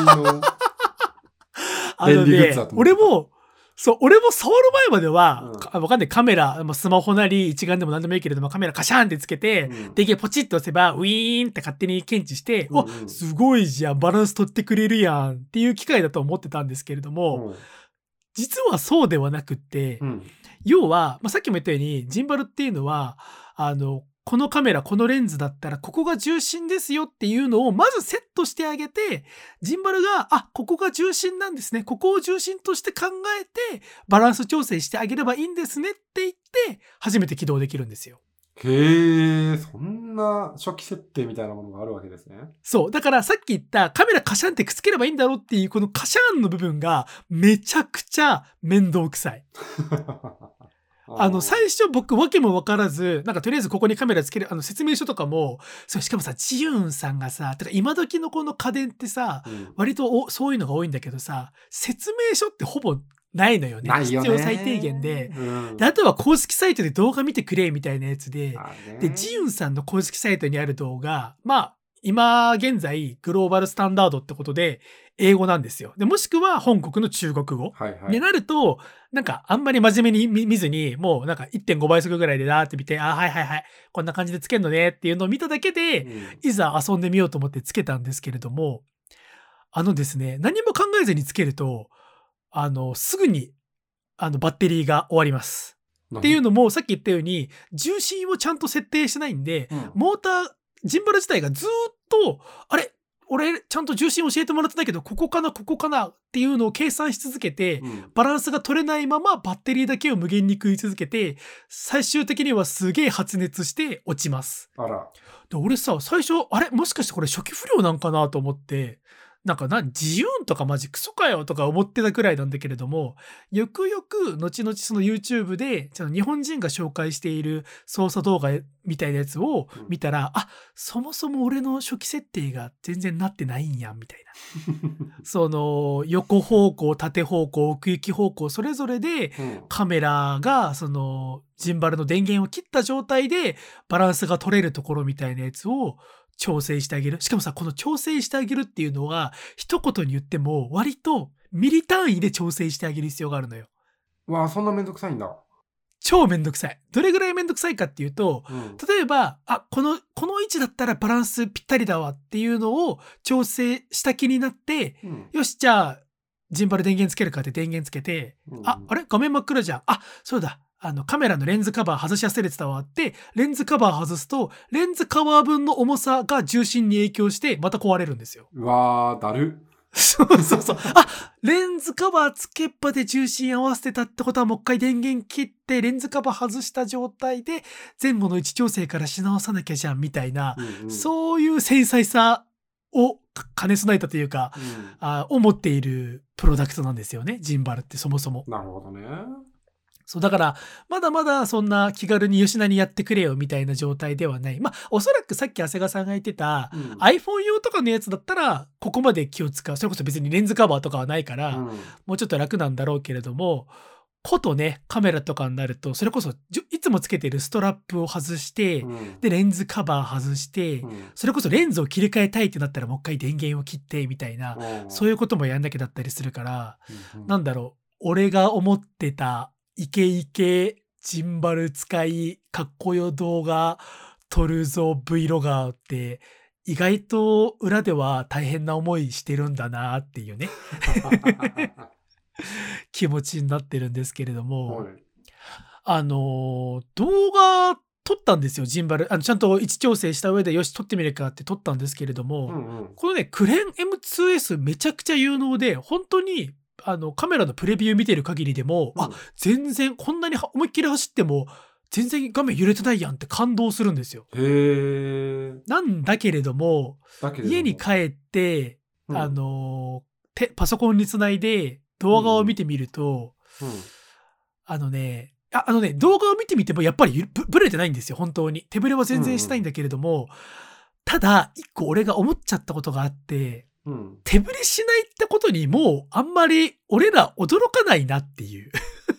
便利グッズだと思ってた。 俺も、そう、俺も触る前までは、うん、わかんない、カメラ、スマホなり一眼でも何でもいいけれども、カメラカシャンってつけて、うん、電源ポチッと押せば、ウィーンって勝手に検知して、うんうん、お、すごいじゃん、バランス取ってくれるやんっていう機械だと思ってたんですけれども、うん、実はそうではなくって、うん、要は、まあ、さっきも言ったように、ジンバルっていうのは、あの、このカメラ、このレンズだったら、ここが重心ですよっていうのをまずセットしてあげて、ジンバルが、あ、ここが重心なんですね。ここを重心として考えて、バランス調整してあげればいいんですねって言って、初めて起動できるんですよ。 へえ、そんな初期設定みたいなものがあるわけですね。 そう。だからさっき言ったカメラカシャンってくっつければいいんだろうっていう、このカシャンの部分がめちゃくちゃ面倒くさい。あの、最初僕わけもわからず、なんかとりあえずここにカメラつける、あの説明書とかも、そう、しかもさ、ジユンさんがさ、てか今時のこの家電ってさ、うん、割とおそういうのが多いんだけどさ、説明書ってほぼないのよね。 ないよね。 必要最低限で、うん、で。あとは公式サイトで動画見てくれみたいなやつで、で、ジユンさんの公式サイトにある動画、まあ、今現在グローバルスタンダードってことで英語なんですよ。でもしくは本国の中国語、はいはい、になるとなんかあんまり真面目に見ずにもうなんか いってんご 倍速ぐらいでダーって見て、あ、はいはいはい、こんな感じでつけるのねっていうのを見ただけで、うん、いざ遊んでみようと思ってつけたんですけれども、あのですね、何も考えずにつけるとあのすぐにあのバッテリーが終わります。っていうのもさっき言ったように重心をちゃんと設定してないんで、うん、モータージンバル自体がずっと、あれ俺ちゃんと重心教えてもらってたけど、ここかなここかなっていうのを計算し続けて、うん、バランスが取れないままバッテリーだけを無限に食い続けて、最終的にはすげえ発熱して落ちます。 あら。 で俺さ、最初あれもしかしてこれ初期不良なんかなと思って、なんかな、自由とかマジクソかよとか思ってたくらいなんだけれども、よくよく後々その YouTube でその日本人が紹介している操作動画みたいなやつを見たら、うん、あ、そもそも俺の初期設定が全然なってないんやみたいなその横方向、縦方向、奥行き方向それぞれでカメラがそのジンバルの電源を切った状態でバランスが取れるところみたいなやつを調整してあげる。しかもさ、この調整してあげるっていうのは一言に言っても割とミリ単位で調整してあげる必要があるのよ。 わあ、そんなめんどくさいんだ。 超めんどくさい。どれぐらいめんどくさいかっていうと、うん、例えば、あ、この、この位置だったらバランスぴったりだわっていうのを調整した気になって、うん、よし、じゃあ、ジンバル電源つけるかって電源つけて、うん、あ、あれ画面真っ暗じゃん。あ、そうだ。あのカメラのレンズカバー外し忘れてたわって、レンズカバー外すと、レンズカバー分の重さが重心に影響して、また壊れるんですよ。 うわー、だる。 そうそうそう。あ、レンズカバーつけっぱで重心合わせてたってことはもう一回電源切ってレンズカバー外した状態で前後の位置調整からし直さなきゃじゃんみたいな、 うんうん、 そういう繊細さを兼ね備えたというか、 うん、 あを持っているプロダクトなんですよね、ジンバルってそもそも。 なるほどね。 そうだからまだまだそんな気軽に吉田にやってくれよみたいな状態ではない。まあおそらくさっき長谷川さんが言ってた、うん、iPhone 用とかのやつだったらここまで気を使う、それこそ別にレンズカバーとかはないから、うん、もうちょっと楽なんだろうけれども、ことねカメラとかになるとそれこそいつもつけてるストラップを外して、うん、でレンズカバー外して、うん、それこそレンズを切り替えたいってなったらもう一回電源を切ってみたいな、うん、そういうこともやんなきゃだったりするから、うん、なんだろう、俺が思ってたイケイケジンバル使いかっこよ動画撮るぞ Vlogger って意外と裏では大変な思いしてるんだなっていうね気持ちになってるんですけれども、はい、あの動画撮ったんですよ、ジンバル。あのちゃんと位置調整した上でよし撮ってみるかって撮ったんですけれども、うんうん、このねクレーン エムツーエス めちゃくちゃ有能で本当にあのカメラのプレビュー見てる限りでも、うん、あ全然こんなに思いっきり走っても全然画面揺れてないやんって感動するんですよ。 へー。 なんだけれども、だけれども家に帰って、うん、あのてパソコンにつないで動画を見てみると、うんうん、あのねああのね動画を見てみてもやっぱりぶブレてないんですよ。本当に手ぶれは全然しないんだけれども、うんうん、ただ一個俺が思っちゃったことがあって、うん、手ぶれしないってことにもうあんまり俺ら驚かないなっていう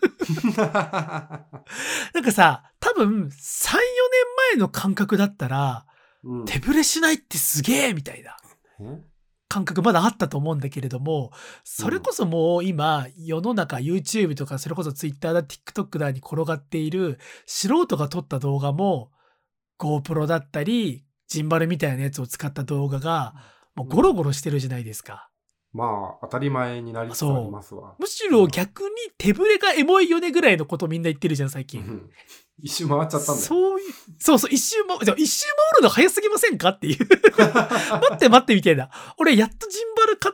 なんかさ、多分さん、よねんまえの感覚だったら、うん、手ぶれしないってすげえみたいな感覚まだあったと思うんだけれども、それこそもう今世の中 YouTube とかそれこそ Twitter だ TikTok だに転がっている素人が撮った動画も GoPro だったりジンバルみたいなやつを使った動画がもうゴロゴロしてるじゃないですか。 うん、まあ当たり前になりつつありますわ。 むしろ逆に手ぶれがエモいよねぐらいのことみんな言ってるじゃん最近。うん、 一周回っちゃったんだよ。 そういう、そうそう、一周回、一周回るの早すぎませんかっていう。待って待ってみたいな。俺やっとジンバル買って、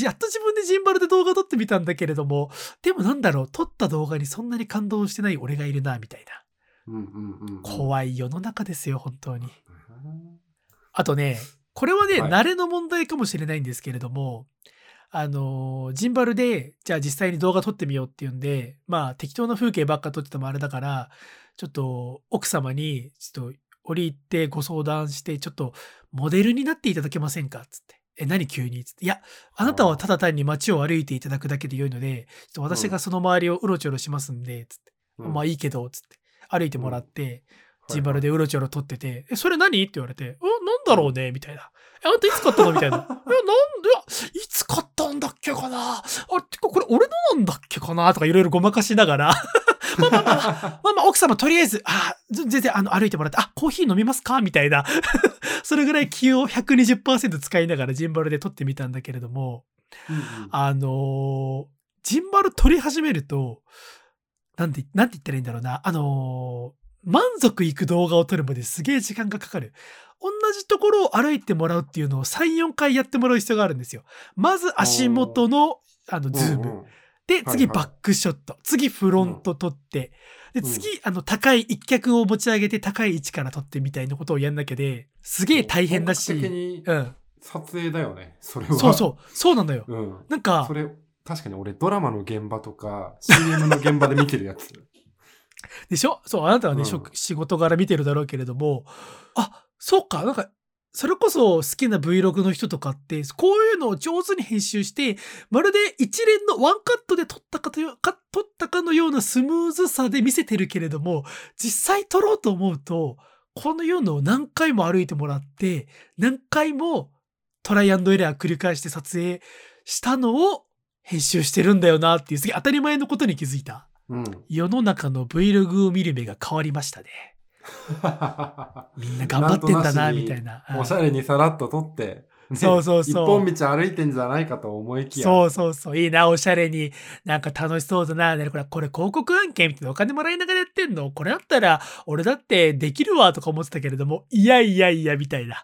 やっと自分でジンバルで動画撮ってみたんだけれども、でもなんだろう、撮った動画にそんなに感動してない俺がいるな、みたいな。うんうんうんうん、怖い世の中ですよ、本当に。あとね、これはね、はい、慣れの問題かもしれないんですけれども、あのー、ジンバルで、じゃあ実際に動画撮ってみようっていうんで、まあ適当な風景ばっか撮っててもあれだから、ちょっと奥様に、ちょっと折り入ってご相談して、ちょっとモデルになっていただけませんかつって。え、何急につって。いや、あなたはただ単に街を歩いていただくだけで良いので、ちょっと私がその周りをうろちょろしますんで、つって。うん、まあいいけど、つって。歩いてもらって、ジンバルでうろちょろ撮ってて、え、それ何って言われて、うん、なんだろうねみたいな。え、あんたいつ買ったのみたいな。いや、なんで、いつ買ったんだっけかなあ、てかこれ俺のなんだっけかなとかいろいろごまかしながら。まあまあまあ、まあまあ奥様とりあえず、あ、全然あの歩いてもらって、あ、コーヒー飲みますかみたいな。それぐらい気を ひゃくにじゅっパーセント 使いながらジンバルで撮ってみたんだけれども、うんうん、あのー、ジンバル撮り始めると、なんて、なんて言ったらいいんだろうな。あのー、満足いく動画を撮るまですげえ時間がかかる。同じところを歩いてもらうっていうのをさん、よんかいやってもらう必要があるんですよ。まず足元のあのズーム。うんうん、で、次バックショット。はいはい、次フロント撮って。で、次、うん、あの、高い一脚を持ち上げて高い位置から撮ってみたいなことをやんなきゃで、すげえ大変だし。 うん。撮影だよね。それは。 そうそう。そうなんだよ。うん、なんか。 それ、確かに俺ドラマの現場とか シーエム の現場で見てるやつ。 でしょ？そう、あなたはね、うん、仕事柄見てるだろうけれども、あ、そうか、なんか、それこそ好きな Vlog の人とかって、こういうのを上手に編集して、まるで一連のワンカットで撮ったかというか、撮ったかのようなスムーズさで見せてるけれども、実際撮ろうと思うと、このようなを何回も歩いてもらって、何回もトライアンドエラー繰り返して撮影したのを編集してるんだよなっていう、すげえ当たり前のことに気づいた。うん、世の中の Vlog を見る目が変わりましたね。みんな頑張ってんだなみたいな。 おしゃれにさらっと撮って、 ね、そうそうそう。 一本道歩いてんじゃないかと思いきや。 そうそうそう。いいな、おしゃれに。なんか楽しそうだな。これ、これ広告案件みたいなお金もらいながらやってんのこれだったら、俺だってできるわとか思ってたけれども、いやいやいや、みたいな。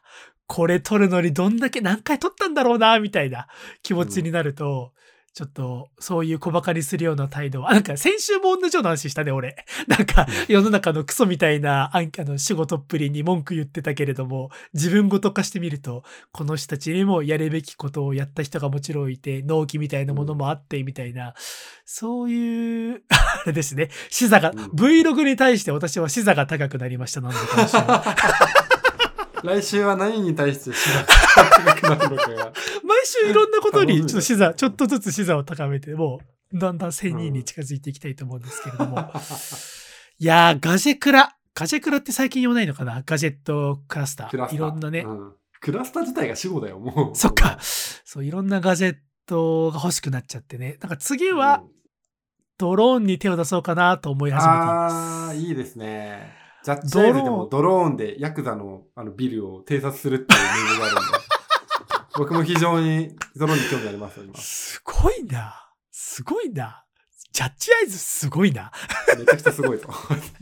これ撮るのにどんだけ何回撮ったんだろうなみたいな気持ちになると、うんちょっとそういう小馬鹿にするような態度はなんか先週も同じような話したね俺なんか世の中のクソみたいなあの仕事っぷりに文句言ってたけれども自分ごと化してみるとこの人たちにもやるべきことをやった人がもちろんいて納期みたいなものもあってみたいなそういうあれですね視座が、うん、Vlog に対して私は視座が高くなりましたなので今週は来週は何に対して視座が高くなるのかが毎週いろんなことにちょっと視座ちょっとずつ視座を高めてもうだんだんせんにんに近づいていきたいと思うんですけれども、うん、いやーガジェクラガジェクラって最近言わないのかなガジェットクラスタークラスターいろんなね、 うん、クラスター自体が主語だよもうそっかそういろんなガジェットが欲しくなっちゃってねなんか次は、うん、ドローンに手を出そうかなと思い始めていますあーいいですねジャッジアイズでもドローンでヤクザ の, あのビルを偵察するっていうメニューがあるんで僕も非常にドローンに興味あります今すごいなすごいなジャッジアイズすごいなめちゃくちゃすごいと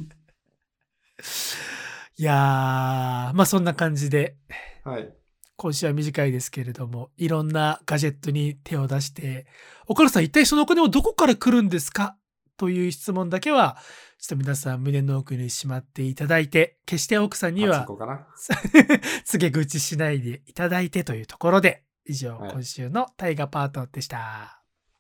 いやーまあそんな感じで、 はい、 今週は短いですけれどもいろんなガジェットに手を出して岡野さん一体そのお金はどこから来るんですかという質問だけはちょっと皆さん胸の奥にしまっていただいて決して奥さんには告げ口しないでいただいてというところで以上、はい、今週の大河パートでした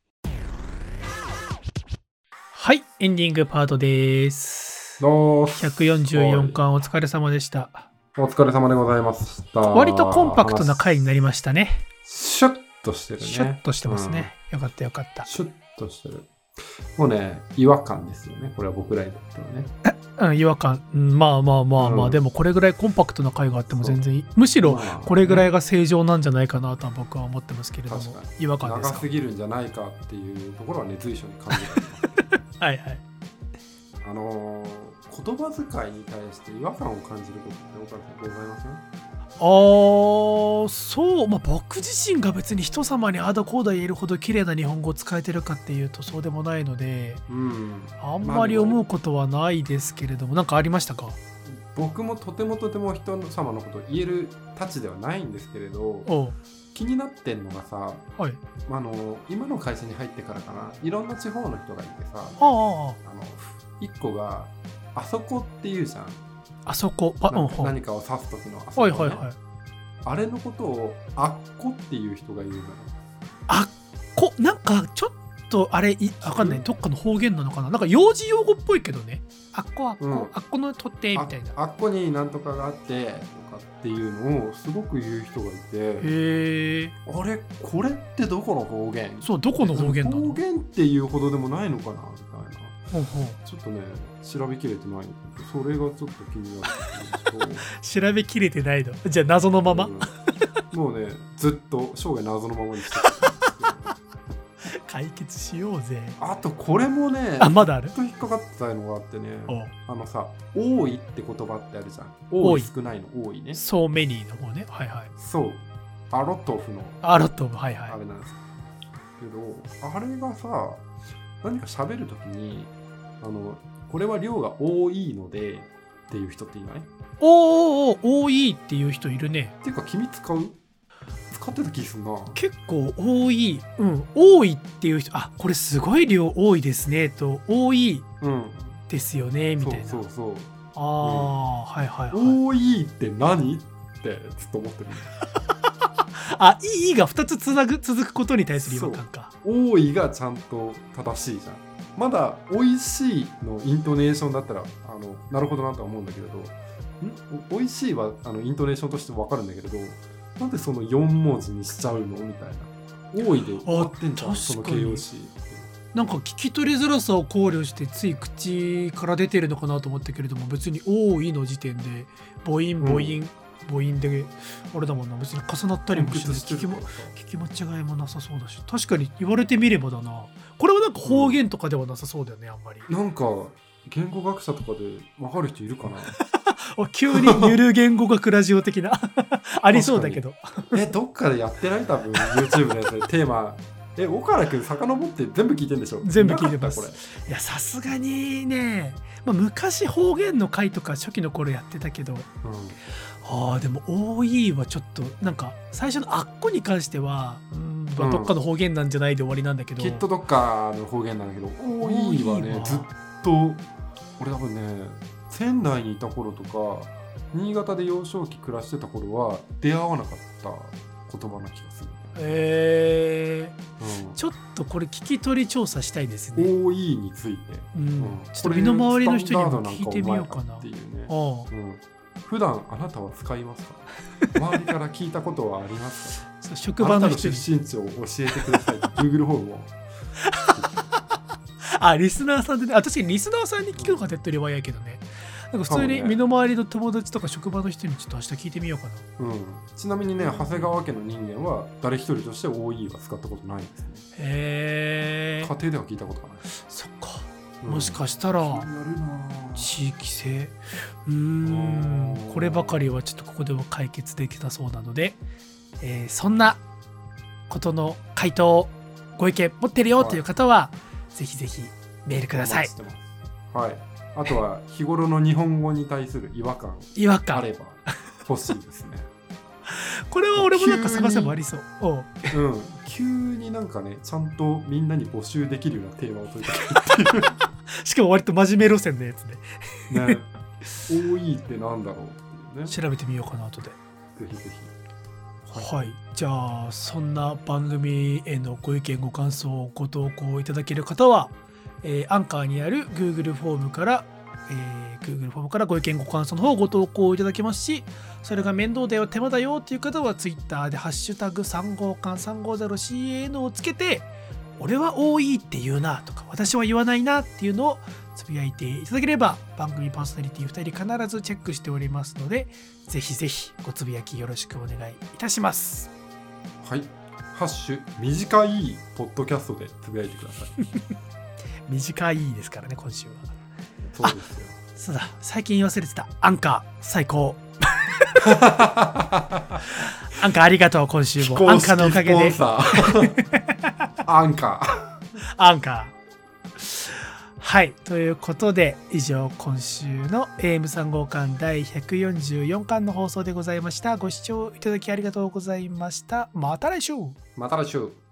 はいエンディングパートですひゃくよんじゅうよんかんお疲れ様でしたお疲れ様でございました割とコンパクトな回になりましたねシュッとしてるねシュッとしてますね、うん、よかったよかったシュッとしてるもうね違和感ですよねこれは僕らにとってはねうん、違和感、まあまあまあまあ、うん、でもこれぐらいコンパクトな回があっても全然いいむしろこれぐらいが正常なんじゃないかなとは僕は思ってますけれども、違和感ですか長すぎるんじゃないかっていうところはね随所に感じられますはいはいあのー、言葉遣いに対して違和感を感じることってございません？ あーそう、まあ、僕自身が別に人様にあだこうだ言えるほど綺麗な日本語を使えてるかっていうとそうでもないので、うん、あんまり思うことはないですけれども、なんかありましたか？ 僕もとてもとても人様のことを言えるたちではないんですけれど、気になってんのがさ、はい、あの今の会社に入ってからかないろんな地方の人がいてさ、ああの一個があそこっていうじゃん。 あそこあな何かを指す時のあそこ、ね、はいはいはい、あれのことをあっこっていう人がいるのよ。 あっこなんかちょっとあれいわかんないどっかの方言なのかな、なんか幼児用語っぽいけどね、あっこあっこ、うん、あっこの取ってみたいなあ, あっこになんとかがあってとかっていうのをすごく言う人がいて、 へえ、あれこれってどこの方言？ そうどこの方言なの？ 方言っていうほどでもないのかなみたいな。ほうほうちょっとね調べきれてないのでそれがちょっと気になるんですけど調べきれてないのじゃあ謎のまま、 うん、もうねずっと生涯謎のままにしてたんですけど解決しようぜ。 あとこれもねあまだあるずっと引っかかってたのがあってね、あのさ多いって言葉ってあるじゃん。多い少ないの多いね、 そうメニーの方ね、はいはい、 そうアロットフのアロットフはいはいあれなんですけど、あれがさ何か喋るときにあのこれは量が多いのでっていう人っていない？ おーおー多いっていう人いるね。 っていうか君使う？使ってた気すんな。 結構多い、うん多いっていう人、あこれすごい量多いですねと多いですよね、うん、みたいな。 そうそうそう。 ああ、うん、はいはいはい。 多いって何ってずっと思ってる。 あいいがふたつつなぐ続くことに対する違和感か。 多いがちゃんと正しいじゃん。まだ美味しいのイントネーションだったらあのなるほどなとは思うんだけれど、ん美味しいはあのイントネーションとして分かるんだけれど、なんでそのよん文字にしちゃうのみたいな。多いで終わってんじゃんその形容詞。なんか聞き取りづらさを考慮してつい口から出てるのかなと思ったけれども、別に多いの時点で母音母音、うん母音であれだもんな、別に重なったりもしない、聞きも聞き間違いもなさそうだし、確かに言われてみればだな。これはなんか方言とかではなさそうだよね、うん、あんまり。 なんか言語学者とかで分かる人いるかな急にゆる言語学ラジオ的なありそうだけどえどっかでやってない？多分 YouTube のやつでテーマえ、岡田くん遡って全部聞いてんでしょ？ 全部聞いてます。 これいや、さすがにね、まあ、昔方言の回とか初期の頃やってたけど、うん、ああでも オーイー はちょっとなんか最初のあっこに関しては、うん、まあ、どっかの方言なんじゃないで終わりなんだけど、 きっとどっかの方言なんだけど オーイー はねずっと俺多分ね仙台にいた頃とか新潟で幼少期暮らしてた頃は出会わなかった言葉な気がする。 えーうん、ちょっとこれ聞き取り調査したいですね。 オーイー について、 うんうん、ちょっと身の回りの人にも聞いてみようかなっていうね。 うん、普段あなたは使いますか？周りから聞いたことはありますか？そう職場の人に出身地を教えてください。Google フォームをあ、リスナーさんでね、あ、確かにリスナーさんに聞くのが手っ取り早いけどね。なんか普通に身の回りの友達とか職場の人にちょっと明日聞いてみようかな。うん、 ちなみにね、長谷川家の人間は誰一人として オーイー は使ったことないんですね。 へー。 家庭では聞いたことがない。 そっか。うん、もしかしたら地域性、うーん、こればかりはちょっとここでも解決できたそうなので、えー、そんなことの回答ご意見持ってるよという方は、はい、ぜひぜひメールください。 はい。あとは日頃の日本語に対する違和感違和感あれば欲しいですね。 これは俺もなんか探せばありそう。おう、 うん、急になんかねちゃんとみんなに募集できるようなテーマを取りたいっていうしかも割と真面目路線のやつでね。オーイー ってなんだろうっていうね。 調べてみようかな後で。ぜひぜひ。 はい、じゃあそんな番組へのご意見ご感想をご投稿いただける方は、えー、アンカーにある Google フォームから、えー、Google フォームからご意見ご感想の方をご投稿いただけますし、それが面倒だよ手間だよっていう方は Twitter でハッシュタグさんごかん さんごゼロシーエーエヌ をつけて、俺は オーイー って言うなとか私は言わないなっていうのをつぶやいていただければ、番組パーソナリティふたり必ずチェックしておりますので、ぜひぜひごつぶやきよろしくお願いいたします。 はい、ハッシュ短いポッドキャストでつぶやいてください。 短いですからね今週は。 そうですよ。 そうだ、最近忘れてた。アンカー最高。アンカーありがとう。今週もアンカーのおかげでアンカーアンカーはい、ということで以上今週の エーエムさんごう 巻だいひゃくよんじゅうよんかんの放送でございました。ご視聴いただきありがとうございました。また来週。 また来週。